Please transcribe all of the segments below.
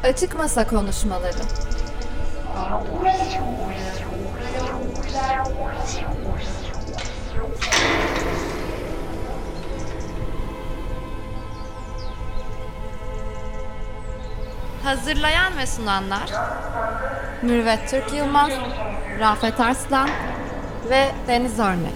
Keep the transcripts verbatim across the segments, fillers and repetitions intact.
Açık Masa Konuşmaları. Hazırlayan ve sunanlar Mürüvvet Türk Yılmaz, Rafet Arslan ve Deniz Örnek.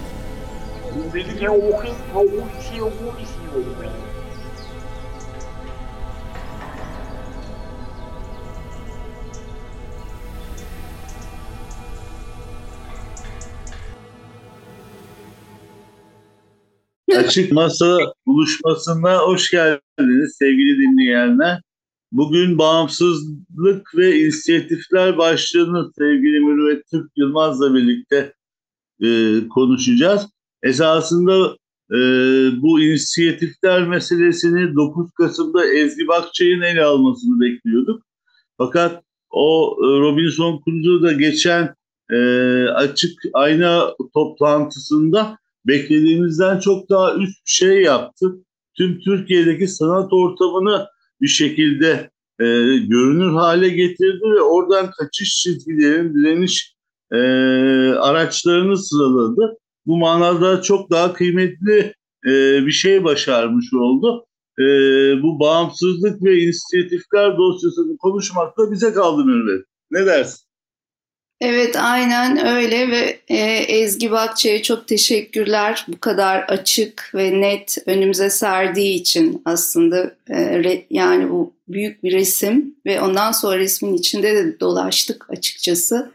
Açık Masa buluşmasına hoş geldiniz sevgili dinleyenler. Bugün bağımsızlık ve inisiyatifler başlığını sevgili Mürüvvet Türk Yılmaz'la birlikte e, konuşacağız. Esasında e, bu inisiyatifler meselesini dokuz Kasım'da Ezgi Bakçay'ın ele almasını bekliyorduk. Fakat o e, Robinson Crusoe'da geçen e, açık ayna toplantısında beklediğimizden çok daha üst bir şey yaptı. Tüm Türkiye'deki sanat ortamını bir şekilde e, görünür hale getirdi ve oradan kaçış çizgilerin, direniş e, araçlarını sıraladı. Bu manada çok daha kıymetli e, bir şey başarmış oldu. E, bu bağımsızlık ve inisiyatifler dosyasını konuşmakla bize kaldı Mürvet. Ne dersin? Evet, aynen öyle ve e, Ezgi Bakçay'a çok teşekkürler. Bu kadar açık ve net önümüze serdiği için aslında e, re, yani bu büyük bir resim ve ondan sonra resmin içinde de dolaştık açıkçası.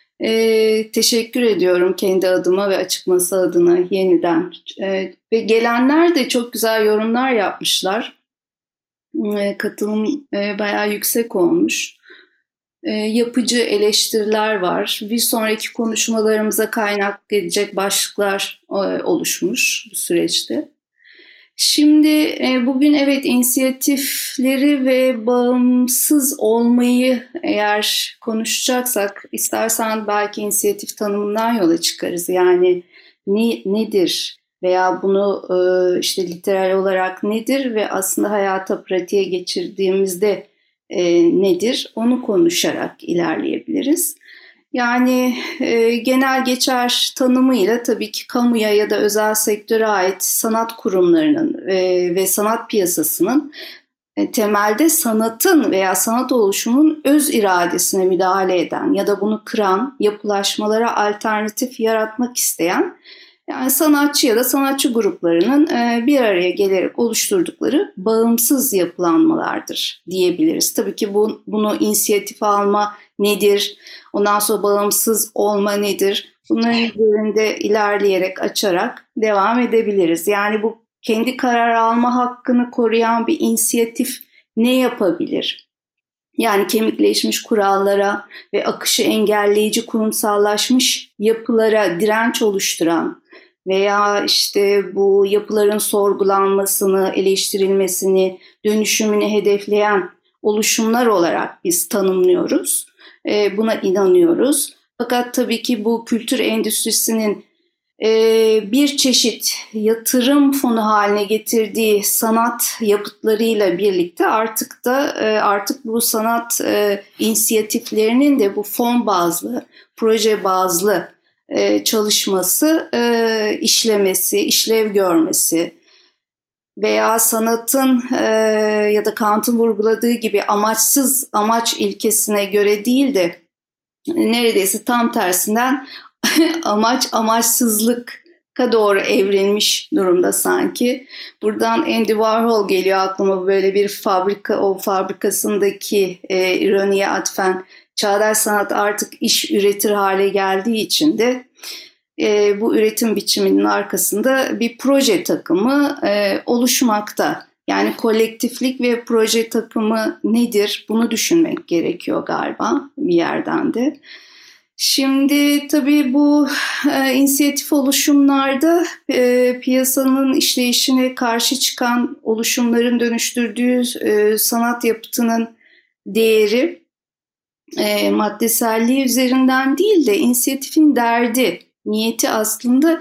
E, teşekkür ediyorum kendi adıma ve Açık Masa adına yeniden. E, ve gelenler de çok güzel yorumlar yapmışlar. E, katılım e, bayağı yüksek olmuş. Yapıcı eleştiriler var. Bir sonraki konuşmalarımıza kaynak edecek başlıklar oluşmuş bu süreçte. Şimdi bugün evet inisiyatifleri ve bağımsız olmayı eğer konuşacaksak istersen belki inisiyatif tanımından yola çıkarız. Yani ne, nedir veya bunu işte literal olarak nedir ve aslında hayata pratiğe geçirdiğimizde E, nedir? Onu konuşarak ilerleyebiliriz. Yani e, genel geçer tanımıyla tabii ki kamuya ya da özel sektöre ait sanat kurumlarının e, ve sanat piyasasının e, temelde sanatın veya sanat oluşumunun öz iradesine müdahale eden ya da bunu kıran, yapılaşmalara alternatif yaratmak isteyen yani sanatçı ya da sanatçı gruplarının bir araya gelerek oluşturdukları bağımsız yapılanmalardır diyebiliriz. Tabii ki bu, bunu inisiyatif alma nedir? Ondan sonra bağımsız olma nedir? Bunların üzerinde ilerleyerek, açarak devam edebiliriz. Yani bu kendi karar alma hakkını koruyan bir inisiyatif ne yapabilir? Yani kemikleşmiş kurallara ve akışı engelleyici kurumsallaşmış yapılara direnç oluşturan veya işte bu yapıların sorgulanmasını, eleştirilmesini, dönüşümünü hedefleyen oluşumlar olarak biz tanımlıyoruz. Buna inanıyoruz. Fakat tabii ki bu kültür endüstrisinin bir çeşit yatırım fonu haline getirdiği sanat yapıtlarıyla birlikte artık da artık bu sanat inisiyatiflerinin de bu fon bazlı, proje bazlı çalışması, işlemesi, işlev görmesi veya sanatın ya da Kant'ın vurguladığı gibi amaçsız amaç ilkesine göre değil de neredeyse tam tersinden amaç amaçsızlıka doğru evrilmiş durumda sanki. Buradan Andy Warhol geliyor aklıma, böyle bir fabrika, o fabrikasındaki e, ironiye atfen çağdaş sanat artık iş üretir hale geldiği için de e, bu üretim biçiminin arkasında bir proje takımı e, oluşmakta. Yani kolektiflik ve proje takımı nedir? Bunu düşünmek gerekiyor galiba bir yerden de. Şimdi tabii bu e, inisiyatif oluşumlarda e, piyasanın işleyişine karşı çıkan oluşumların dönüştürdüğü e, sanat yapıtının değeri e, maddeselliği üzerinden değil de inisiyatifin derdi, niyeti aslında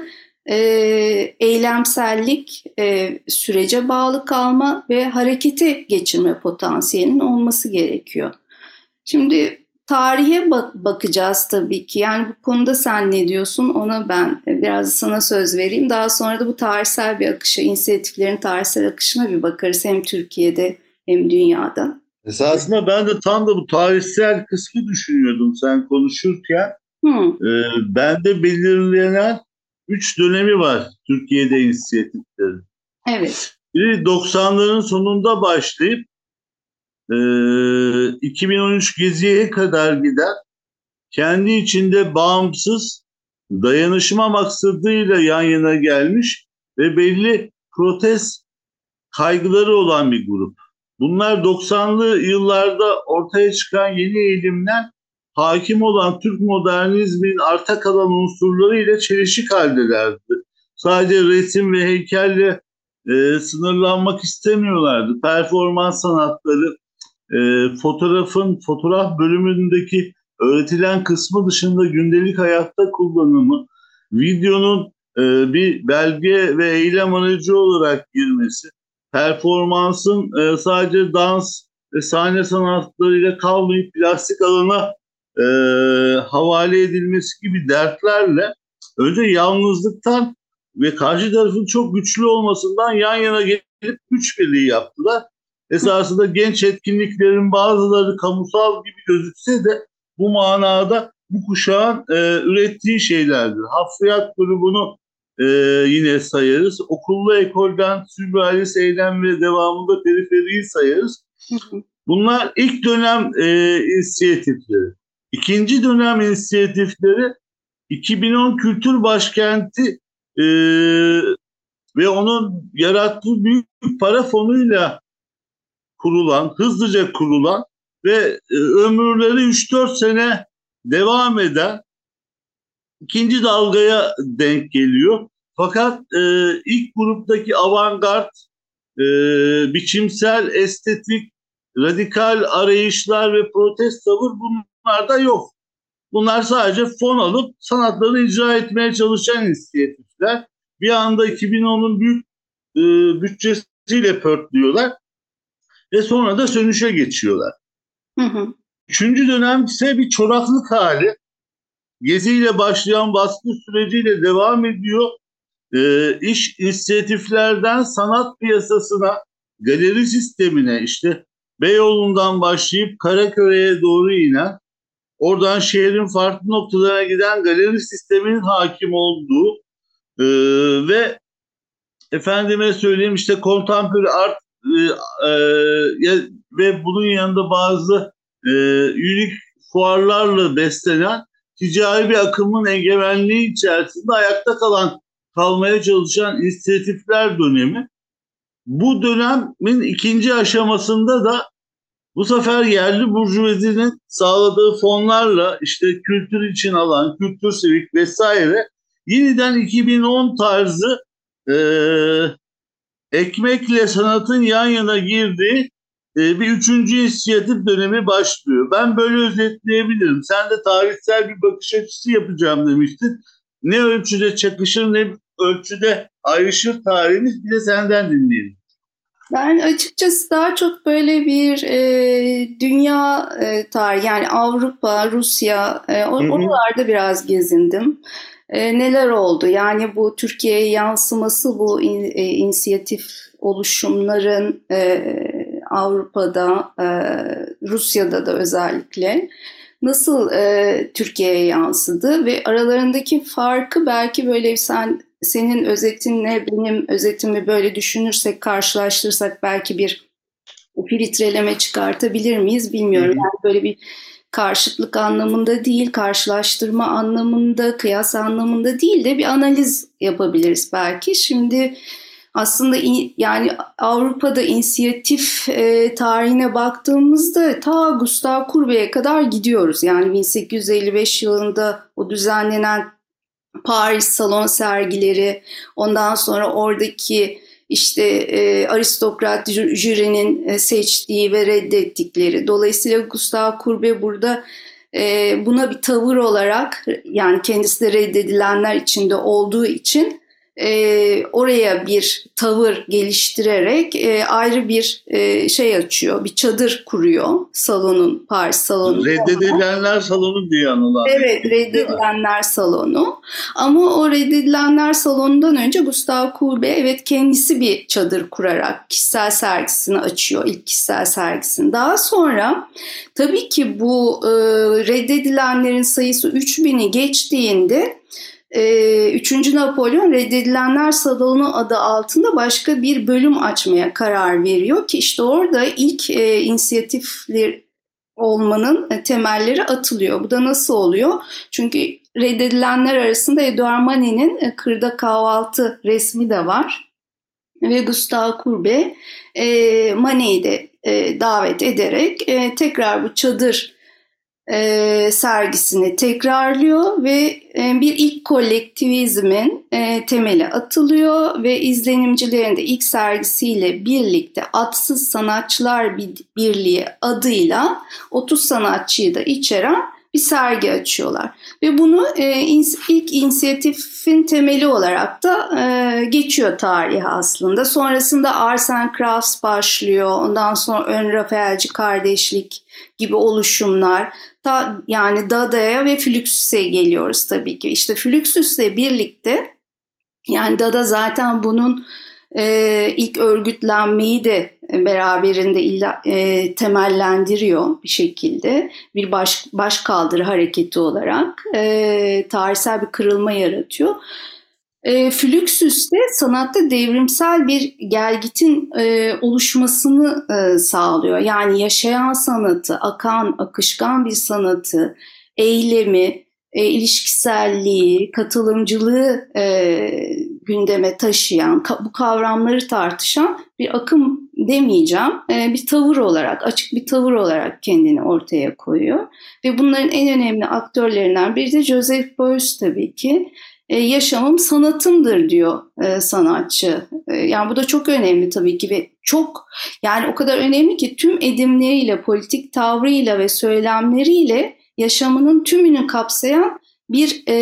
e, eylemsellik, e, sürece bağlı kalma ve harekete geçirme potansiyelinin olması gerekiyor. Şimdi tarihe bak- bakacağız tabii ki. Yani bu konuda sen ne diyorsun? Ona ben biraz sana söz vereyim. Daha sonra da bu tarihsel bir akışa, inisiyatiflerin tarihsel akışına bir bakarız. Hem Türkiye'de hem dünyada. Esasında ben de tam da bu tarihsel kısmı düşünüyordum sen konuşurken. Hmm. Ee, bende belirlenen üç dönemi var Türkiye'de inisiyatiflerin. Evet. Biri doksanların sonunda başlayıp e, iki bin on üç Gezi'ye kadar giden kendi içinde bağımsız dayanışma maksadıyla yan yana gelmiş ve belli protest kaygıları olan bir grup. Bunlar doksanlı yıllarda ortaya çıkan yeni eğilimler hakim olan Türk modernizmin arta kalan unsurlarıyla çelişik haldelerdi. Sadece resim ve heykelle e, sınırlanmak istemiyorlardı. Performans sanatları, e, fotoğrafın fotoğraf bölümündeki öğretilen kısmı dışında gündelik hayatta kullanımı, videonun e, bir belge ve eylem aracı olarak girmesi, performansın e, sadece dans ve sahne sanatlarıyla kalmayıp plastik alana e, havale edilmesi gibi dertlerle önce yalnızlıktan ve karşı tarafın çok güçlü olmasından yan yana gelip güç birliği yaptılar. Esasında genç etkinliklerin bazıları kamusal gibi gözükse de bu manada bu kuşağın e, ürettiği şeylerdir. Hafriyat grubunu e, yine sayarız. Okullu ekolden sürrealist eylem ve devamında periferiyi sayarız. Bunlar ilk dönem e, inisiyatifleri. İkinci dönem inisiyatifleri iki bin on Kültür Başkenti e, ve onun yarattığı büyük para fonuyla kurulan, hızlıca kurulan ve e, ömürleri üç dört sene devam eden ikinci dalgaya denk geliyor. Fakat e, ilk gruptaki avantgard, e, biçimsel, estetik, radikal arayışlar ve protest tavır bunlarda yok. Bunlar sadece fon alıp sanatlarını icra etmeye çalışan inisiyatifler. Bir anda iki bin onun büyük e, bütçesiyle pörtlüyorlar ve sonra da sönüşe geçiyorlar. Hı hı. Üçüncü dönem ise bir çoraklık hali. Geziyle başlayan baskı süreciyle devam ediyor. E, iş inisiyatiflerden sanat piyasasına, galeri sistemine, işte Beyoğlu'ndan başlayıp Karaköy'e doğru inen, oradan şehrin farklı noktalarına giden galeri sisteminin hakim olduğu e, ve efendime söyleyeyim işte contemporary art e, e, ve bunun yanında bazı e, unik fuarlarla beslenen ticari bir akımın egemenliği içerisinde ayakta kalan, kalmaya çalışan inisiyatifler dönemi. Bu dönemin ikinci aşamasında da bu sefer yerli burjuvazinin sağladığı fonlarla işte kültür için alan, kültür sevik vesaire yeniden iki bin on tarzı e, ekmekle sanatın yan yana girdiği e, bir üçüncü inisiyatif dönemi başlıyor. Ben böyle özetleyebilirim. Sen de tarihsel bir bakış açısı yapacağım demiştin. Ne ölçüde çakışır ne ölçüde ayrışır tarihimiz, bir de senden dinleyelim. Ben açıkçası daha çok böyle bir e, dünya e, tarihi, yani Avrupa, Rusya, e, oralarda biraz gezindim. E, neler oldu? Yani bu Türkiye'ye yansıması, bu in, e, inisiyatif oluşumların e, Avrupa'da, e, Rusya'da da özellikle nasıl e, Türkiye'ye yansıdı ve aralarındaki farkı belki böyle sen senin özetinle benim özetimi böyle düşünürsek, karşılaştırırsak belki bir filtreleme çıkartabilir miyiz bilmiyorum. Yani böyle bir karşıtlık anlamında değil, karşılaştırma anlamında, kıyas anlamında değil de bir analiz yapabiliriz belki. Şimdi aslında yani Avrupa'da inisiyatif e, tarihine baktığımızda ta Gustav Courbet'e kadar gidiyoruz. Yani bin sekiz yüz elli beş yılında o düzenlenen Paris salon sergileri, ondan sonra oradaki işte e, aristokrat jürinin e, seçtiği ve reddettikleri. Dolayısıyla Gustav Courbet burada e, buna bir tavır olarak, yani kendisi de reddedilenler içinde olduğu için e, oraya bir tavır geliştirerek e, ayrı bir e, şey açıyor, bir çadır kuruyor salonun, Paris salonu. Reddedilenler salonu diye anılan. Evet, reddedilenler salonu. Ama o reddedilenler salonundan önce Gustave Courbet evet kendisi bir çadır kurarak kişisel sergisini açıyor, ilk kişisel sergisini. Daha sonra tabii ki bu e, reddedilenlerin sayısı üç bini geçtiğinde e, üçüncü. Napolyon reddedilenler salonu adı altında başka bir bölüm açmaya karar veriyor ki işte orada ilk e, inisiyatifler olmanın temelleri atılıyor. Bu da nasıl oluyor? Çünkü reddedilenler arasında Edouard Manet'in Kırda Kahvaltı resmi de var. Ve Gustave Courbet e, Manet'i de e, davet ederek e, tekrar bu çadır e, sergisini tekrarlıyor ve e, bir ilk kolektivizmin e, temeli atılıyor ve izlenimcilerin de ilk sergisiyle birlikte Adsız Sanatçılar Birliği adıyla otuz sanatçıyı da içeren bir sergi açıyorlar. Ve bunu e, ilk inisiyatifin temeli olarak da e, geçiyor tarihi aslında. Sonrasında Arts and Crafts başlıyor. Ondan sonra Ön Rafaelci Kardeşlik gibi oluşumlar. Ta, yani Dada'ya ve Fluxus'e geliyoruz tabii ki. İşte Fluxus'le birlikte yani Dada zaten bunun e, ilk örgütlenmeyi de beraberinde illa, e, temellendiriyor bir şekilde. Bir baş, başkaldırı hareketi olarak e, tarihsel bir kırılma yaratıyor. E, Fluxus de sanatta devrimsel bir gelgitin e, oluşmasını e, sağlıyor. Yani yaşayan sanatı, akan, akışkan bir sanatı, eylemi, e, ilişkiselliği, katılımcılığı e, gündeme taşıyan, ka- bu kavramları tartışan bir akım demeyeceğim, e, bir tavır olarak, açık bir tavır olarak kendini ortaya koyuyor. Ve bunların en önemli aktörlerinden biri de Joseph Beuys tabii ki. E, yaşamım sanatımdır diyor e, sanatçı. E, yani bu da çok önemli tabii ki ve çok yani o kadar önemli ki tüm edimleriyle, politik tavrıyla ve söylemleriyle yaşamının tümünü kapsayan bir e,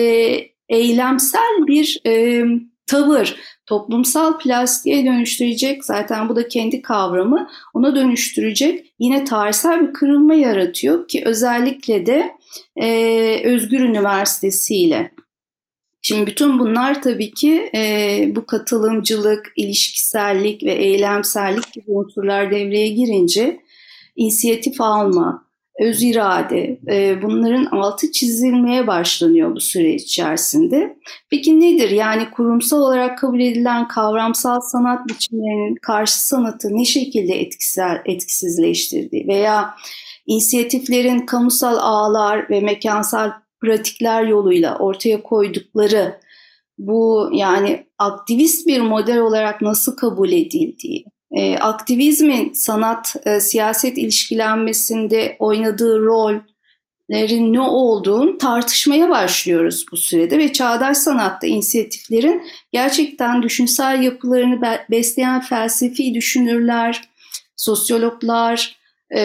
eylemsel bir e, tavır, toplumsal plastiğe dönüştürecek, zaten bu da kendi kavramı, ona dönüştürecek yine tarihsel bir kırılma yaratıyor ki özellikle de e, Özgür Üniversitesi ile. Şimdi bütün bunlar tabii ki e, bu katılımcılık, ilişkisellik ve eylemsellik gibi unsurlar devreye girince inisiyatif alma, öz irade, e, bunların altı çizilmeye başlanıyor bu süreç içerisinde. Peki nedir? Yani kurumsal olarak kabul edilen kavramsal sanat biçimlerinin karşı sanatı ne şekilde etkisel, etkisizleştirdiği veya inisiyatiflerin kamusal ağlar ve mekansal pratikler yoluyla ortaya koydukları bu yani aktivist bir model olarak nasıl kabul edildiği, e, aktivizmin sanat e, siyaset ilişkilenmesinde oynadığı rollerin ne olduğunu tartışmaya başlıyoruz bu sürede ve çağdaş sanatta inisiyatiflerin gerçekten düşünsel yapılarını be- besleyen felsefi düşünürler, sosyologlar,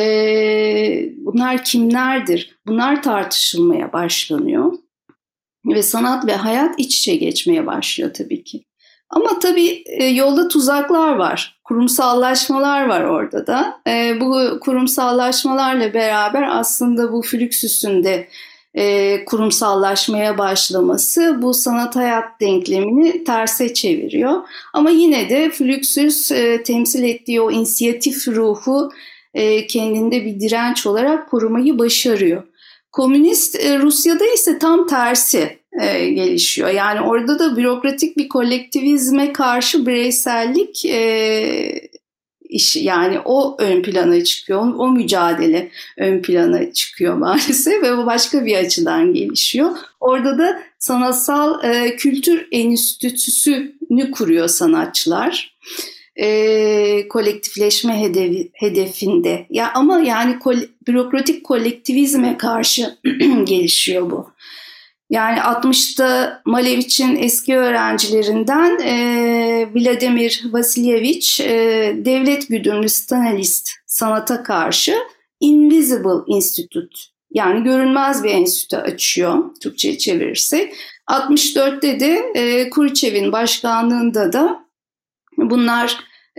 Ee, bunlar kimlerdir? Bunlar tartışılmaya başlanıyor ve sanat ve hayat iç içe geçmeye başlıyor tabii ki. Ama tabii e, yolda tuzaklar var, kurumsallaşmalar var orada da. E, bu kurumsallaşmalarla beraber aslında bu Fluxus'un de e, kurumsallaşmaya başlaması bu sanat hayat denklemini terse çeviriyor. Ama yine de Fluxus e, temsil ettiği o inisiyatif ruhu kendinde bir direnç olarak korumayı başarıyor. Komünist Rusya'da ise tam tersi gelişiyor. Yani orada da bürokratik bir kolektivizme karşı bireysellik işi, yani o ön plana çıkıyor. O mücadele ön plana çıkıyor maalesef ve bu başka bir açıdan gelişiyor. Orada da sanatsal kültür enstitüsünü kuruyor sanatçılar. E, kolektifleşme hedefi, hedefinde. Ya ama yani kol, bürokratik kolektivizme karşı gelişiyor bu. Yani altmışta Malevich'in eski öğrencilerinden e, Vladimir Vasilyevich e, devlet güdümlü Stalinist sanata karşı Invisible Institute yani görünmez bir enstitü açıyor Türkçe'ye çevirirsek. altmış dörtte de e, Kuruçev'in başkanlığında da bunlar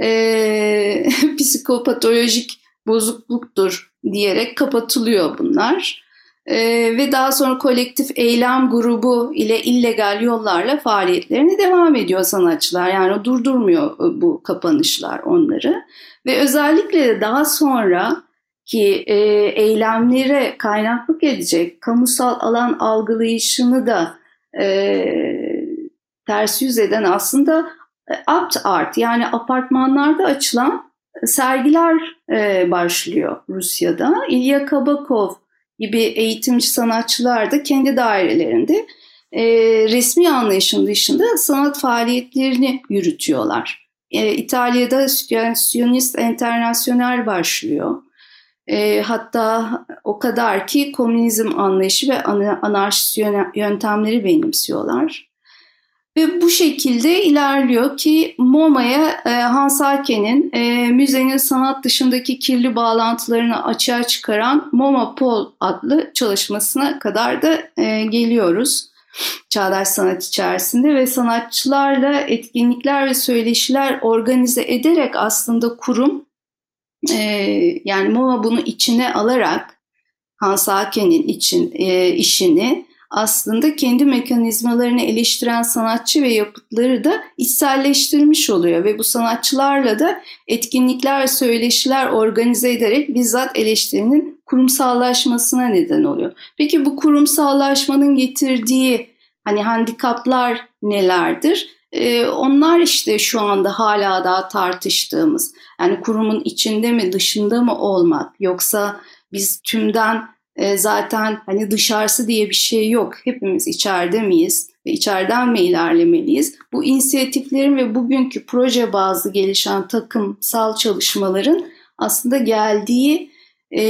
e, psikopatolojik bozukluktur diyerek kapatılıyor bunlar. E, ve daha sonra kolektif eylem grubu ile illegal yollarla faaliyetlerine devam ediyor sanatçılar. Yani o durdurmuyor bu kapanışlar onları. Ve özellikle de daha sonra ki e, eylemlere kaynaklık edecek kamusal alan algılayışını da e, ters yüz eden aslında apt art, yani apartmanlarda açılan sergiler e, başlıyor Rusya'da. İlya Kabakov gibi eğitimci sanatçılar da kendi dairelerinde e, resmi anlayışın dışında sanat faaliyetlerini yürütüyorlar. E, İtalya'da Siyonist Enternasyonel başlıyor. E, hatta o kadar ki komünizm anlayışı ve anarşist yöntemleri benimsiyorlar. Ve bu şekilde ilerliyor ki MoMA'ya e, Hans Haken'in e, müzenin sanat dışındaki kirli bağlantılarını açığa çıkaran MoMAPol adlı çalışmasına kadar da e, geliyoruz. Çağdaş sanat içerisinde ve sanatçılarla etkinlikler ve söyleşiler organize ederek aslında kurum, e, yani MoMA bunu içine alarak Hans Haken'in için e, işini aslında kendi mekanizmalarını eleştiren sanatçı ve yapıtları da içselleştirmiş oluyor ve bu sanatçılarla da etkinlikler ve söyleşiler organize ederek bizzat eleştirinin kurumsallaşmasına neden oluyor. Peki bu kurumsallaşmanın getirdiği hani handikaplar nelerdir? Ee, onlar işte şu anda hala daha tartıştığımız, yani kurumun içinde mi dışında mı olmak, yoksa biz tümden e, zaten hani dışarısı diye bir şey yok, hepimiz içeride miyiz ve içeriden mi ilerlemeliyiz? Bu inisiyatiflerin ve bugünkü proje bazlı gelişen takımsal çalışmaların aslında geldiği e,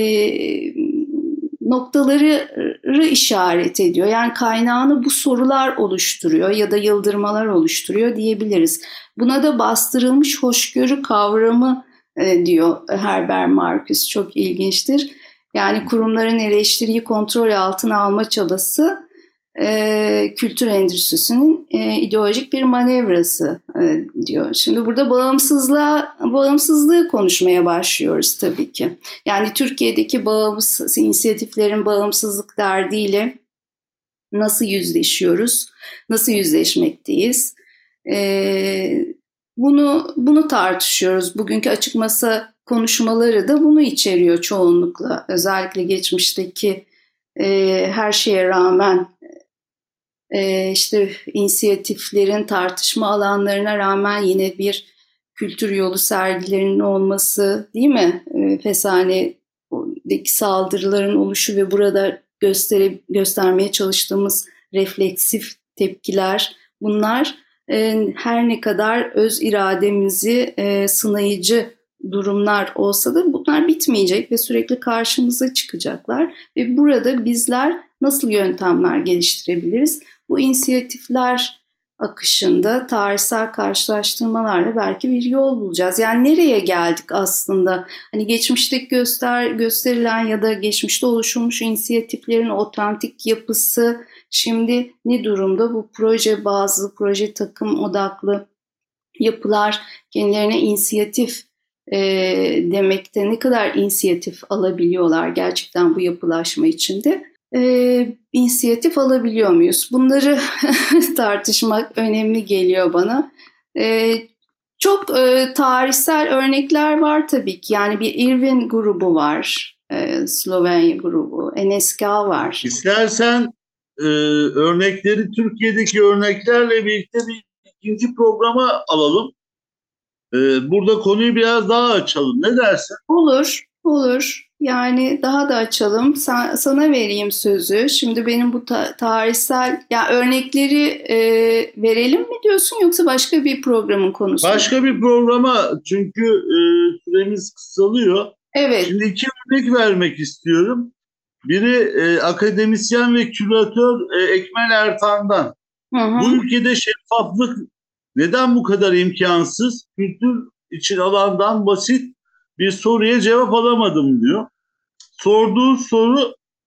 noktaları işaret ediyor. Yani kaynağını bu sorular oluşturuyor ya da yıldırmalar oluşturuyor diyebiliriz. Buna da bastırılmış hoşgörü kavramı e, diyor Herbert Marcuse, çok ilginçtir. Yani kurumların eleştiriyi kontrol altına alma çabası e, kültür endüstrisinin e, ideolojik bir manevrası e, diyor. Şimdi burada bağımsızlığa, bağımsızlığı konuşmaya başlıyoruz tabii ki. Yani Türkiye'deki bağımsız inisiyatiflerin bağımsızlık derdiyle nasıl yüzleşiyoruz, nasıl yüzleşmekteyiz? E, bunu bunu tartışıyoruz. Bugünkü açık masa konuşmaları da bunu içeriyor çoğunlukla. Özellikle geçmişteki e, her şeye rağmen e, işte inisiyatiflerin tartışma alanlarına rağmen yine bir kültür yolu sergilerinin olması, değil mi? E, Feshane'deki saldırıların oluşu ve burada göstere, göstermeye çalıştığımız refleksif tepkiler, bunlar e, her ne kadar öz irademizi e, sınayıcı durumlar olsa da bunlar bitmeyecek ve sürekli karşımıza çıkacaklar. Ve burada bizler nasıl yöntemler geliştirebiliriz? Bu inisiyatifler akışında tarihsel karşılaştırmalarla belki bir yol bulacağız. Yani nereye geldik aslında? Hani geçmişteki göster gösterilen ya da geçmişte oluşturmuş inisiyatiflerin otantik yapısı şimdi ne durumda? Bu proje bazlı, proje takım odaklı yapılar kendilerine inisiyatif E, demekte ne kadar inisiyatif alabiliyorlar gerçekten bu yapılaşma içinde? E, inisiyatif alabiliyor muyuz? Bunları tartışmak önemli geliyor bana. E, çok e, tarihsel örnekler var tabii ki. Yani bir Irvin grubu var, e, Slovenya grubu, N S K var. İstersen e, örnekleri Türkiye'deki örneklerle birlikte bir ikinci programa alalım. Burada konuyu biraz daha açalım. Ne dersin? Olur, olur. Yani daha da açalım. Sen, sana vereyim sözü. Şimdi benim bu ta- tarihsel ya örnekleri e, verelim mi diyorsun, yoksa başka bir programın konusu? Başka bir programa, çünkü e, süremiz kısalıyor. Evet. Şimdi iki örnek vermek istiyorum. Biri e, akademisyen ve küratör e, Ekmel Ertan'dan. Hı hı. Bu ülkede şeffaflık neden bu kadar imkansız? Kültür için alandan basit bir soruya cevap alamadım diyor. Sorduğu soru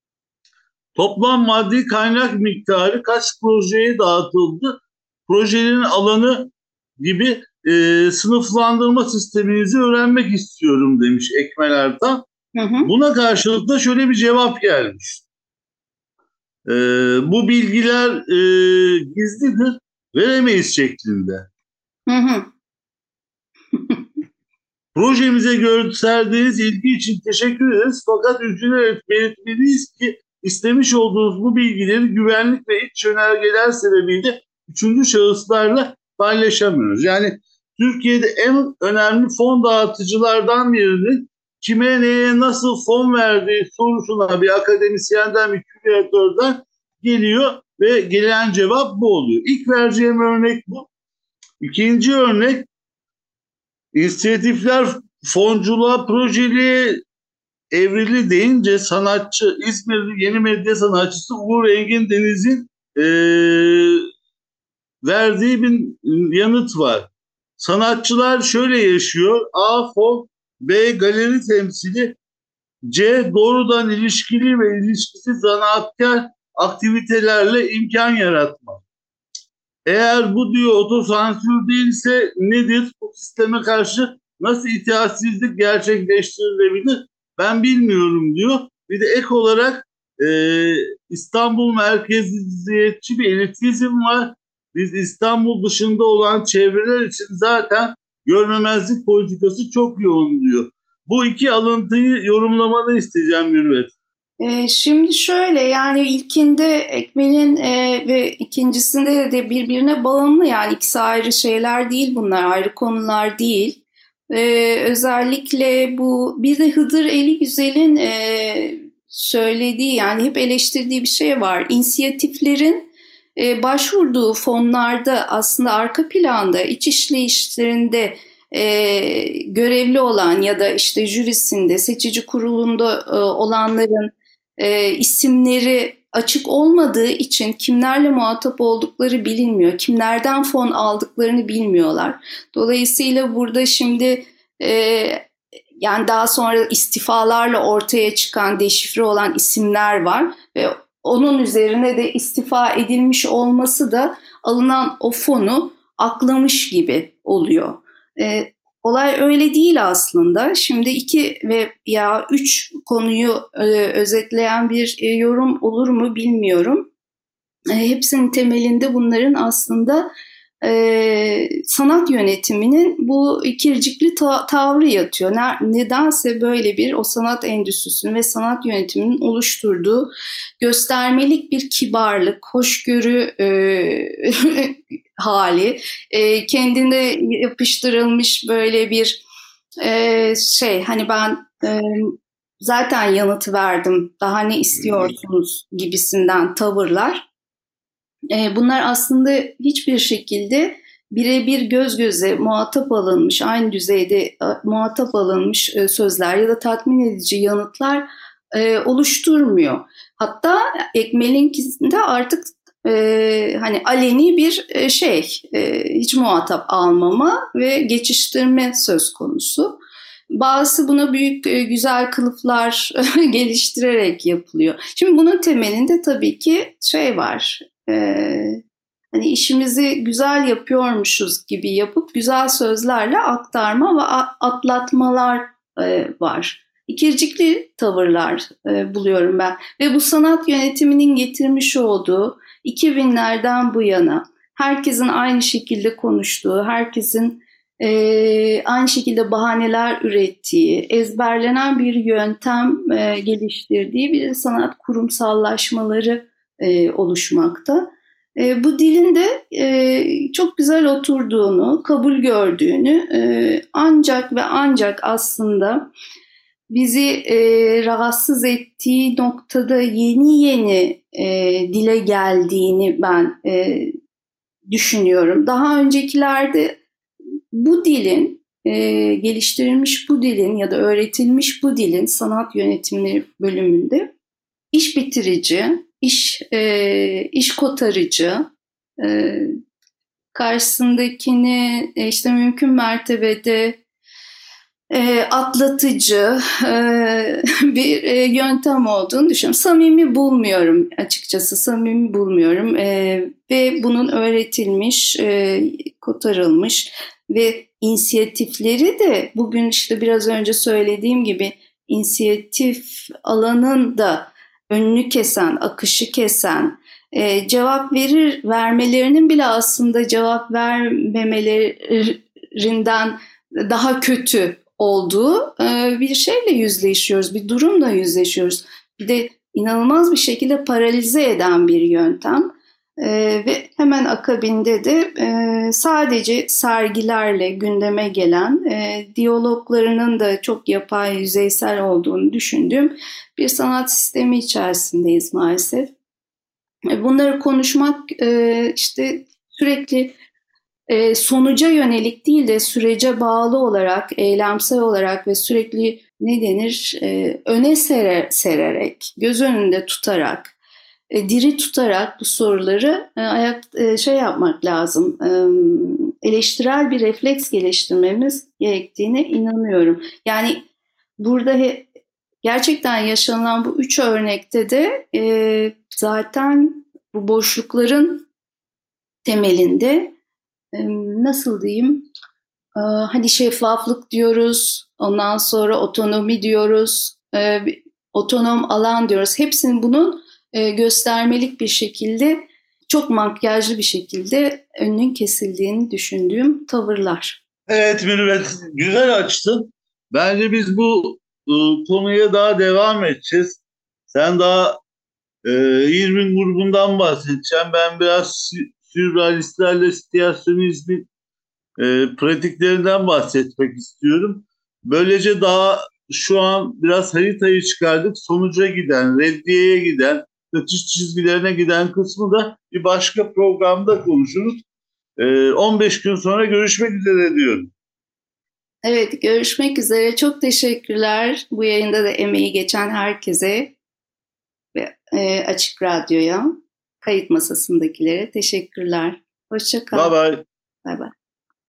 Toplam maddi kaynak miktarı kaç projeye dağıtıldı? Projelerin alanı gibi e, sınıflandırma sisteminizi öğrenmek istiyorum demiş Ekmel Ertan. Hı hı. Buna karşılık da şöyle bir cevap gelmiş. E, bu bilgiler e, gizlidir, veremeyiz şeklinde. Hı hı. Projemize gösterdiğiniz ilgi için teşekkür ederiz. Fakat üzülerek belirtmeliyiz ki istemiş olduğunuz bu bilgileri güvenlik ve iç yönergeler sebebiyle üçüncü şahıslarla paylaşamıyoruz. Yani Türkiye'de en önemli fon dağıtıcılardan birinin kime neye nasıl fon verdiği sorusuna bir akademisyenden, bir küratörden geliyor ve gelen cevap bu oluyor. İlk vereceğim örnek bu. İkinci örnek, İnisiyatifler fonculuğa, projeli evrili deyince sanatçı, İzmirli yeni medya sanatçısı Uğur Engin Deniz'in e, verdiği bir yanıt var. Sanatçılar şöyle yaşıyor: A. Fon, B. Galeri temsili, C. Doğrudan ilişkili ve ilişkisiz zanaatkar aktivitelerle imkan yaratmak. Eğer bu diyor otosansür değilse nedir? Bu sisteme karşı nasıl itaatsizlik gerçekleştirilebilir? Ben bilmiyorum diyor. Bir de ek olarak e, İstanbul merkeziyetçi bir elitizm var. Biz İstanbul dışında olan çevreler için zaten görmemezlik politikası çok yoğun diyor. Bu iki alıntıyı yorumlamanı isteyeceğim Mürvet. E, şimdi şöyle, yani ilkinde Ekmel'in e, ve ikincisinde de birbirine bağımlı, yani ikisi ayrı şeyler değil, bunlar ayrı konular değil. E, özellikle bu, bir de Hıdır Eligüzel'in e, söylediği, yani hep eleştirdiği bir şey var. İnisiyatiflerin e, başvurduğu fonlarda aslında arka planda iç işleyişlerinde e, görevli olan ya da işte jürisinde, seçici kurulunda e, olanların e, isimleri açık olmadığı için kimlerle muhatap oldukları bilinmiyor. Kimlerden fon aldıklarını bilmiyorlar. Dolayısıyla burada şimdi e, yani daha sonra istifalarla ortaya çıkan, deşifre olan isimler var ve onun üzerine de istifa edilmiş olması da alınan o fonu aklamış gibi oluyor. E, olay öyle değil aslında. Şimdi iki ve ya üç konuyu e, özetleyen bir e, yorum olur mu bilmiyorum. E, hepsinin temelinde bunların aslında e, sanat yönetiminin bu ikircikli ta- tavrı yatıyor. Ne, nedense böyle bir, o sanat endüstrisinin ve sanat yönetiminin oluşturduğu göstermelik bir kibarlık, hoşgörü e, hali, e, kendine yapıştırılmış böyle bir e, şey, hani ben e, zaten yanıtı verdim, daha ne istiyorsunuz gibisinden tavırlar. E, bunlar aslında hiçbir şekilde birebir göz göze muhatap alınmış, aynı düzeyde e, muhatap alınmış e, sözler ya da tatmin edici yanıtlar e, oluşturmuyor. Hatta Ekmel'inkisinde artık e, hani aleni bir e, şey, e, hiç muhatap almama ve geçiştirme söz konusu. Bazısı buna büyük e, güzel kılıflar geliştirerek yapılıyor. Şimdi bunun temelinde tabii ki şey var. Ee, hani işimizi güzel yapıyormuşuz gibi yapıp güzel sözlerle aktarma ve atlatmalar e, var. İkircikli tavırlar e, buluyorum ben. Ve bu sanat yönetiminin getirmiş olduğu iki binlerden bu yana herkesin aynı şekilde konuştuğu, herkesin e, aynı şekilde bahaneler ürettiği, ezberlenen bir yöntem e, geliştirdiği bir sanat kurumsallaşmaları E, oluşmakta. E, bu dilin de e, çok güzel oturduğunu, kabul gördüğünü, e, ancak ve ancak aslında bizi e, rahatsız ettiği noktada yeni yeni e, dile geldiğini ben e, düşünüyorum. Daha öncekilerde bu dilin, e, geliştirilmiş bu dilin ya da öğretilmiş bu dilin sanat yönetimleri bölümünde iş bitirici, iş e, iş kotarıcı, e, karşısındakini e, işte mümkün mertebede e, atlatıcı e, bir e, yöntem olduğunu düşünüyorum. Samimi bulmuyorum açıkçası, samimi bulmuyorum e, ve bunun öğretilmiş, e, kotarılmış ve inisiyatifleri de bugün işte biraz önce söylediğim gibi inisiyatif alanın da önünü kesen, akışı kesen, e, cevap verir vermelerinin bile aslında cevap vermemelerinden daha kötü olduğu e, bir şeyle yüzleşiyoruz, bir durumla yüzleşiyoruz. Bir de inanılmaz bir şekilde paralize eden bir yöntem e, ve hemen akabinde de e, sadece sergilerle gündeme gelen, e, diyaloglarının da çok yapay, yüzeysel olduğunu düşündüğüm bir sanat sistemi içerisindeyiz maalesef. E, bunları konuşmak e, işte sürekli e, sonuca yönelik değil de sürece bağlı olarak, eylemsel olarak ve sürekli ne denir e, öne serer, sererek, göz önünde tutarak, e, diri tutarak bu soruları e, ayak e, şey yapmak lazım. E, eleştirel bir refleks geliştirmemiz gerektiğine inanıyorum. Yani burada he, gerçekten yaşanılan bu üç örnekte de e, zaten bu boşlukların temelinde nasıl diyeyim, hani şeffaflık diyoruz, ondan sonra otonomi diyoruz, otonom alan diyoruz. Hepsinin bunun göstermelik bir şekilde, çok makyajlı bir şekilde önünün kesildiğini düşündüğüm tavırlar. Evet Mürüvvet, güzel açtın. Bence biz bu e, konuya daha devam edeceğiz. Sen daha e, Irving grubundan bahsedeceğim. Ben biraz sürrealistlerle situasyonizmin e, pratiklerinden bahsetmek istiyorum. Böylece daha şu an biraz haritayı çıkardık. Sonuca giden, reddiyeye giden, kaçış çizgilerine giden kısmı da bir başka programda konuşuruz. E, on beş gün sonra görüşmek üzere diyorum. Evet, görüşmek üzere. Çok teşekkürler bu yayında da emeği geçen herkese ve e, Açık Radyo'ya, kayıt masasındakilere teşekkürler. Hoşça kal. Bye bye. Bye bye.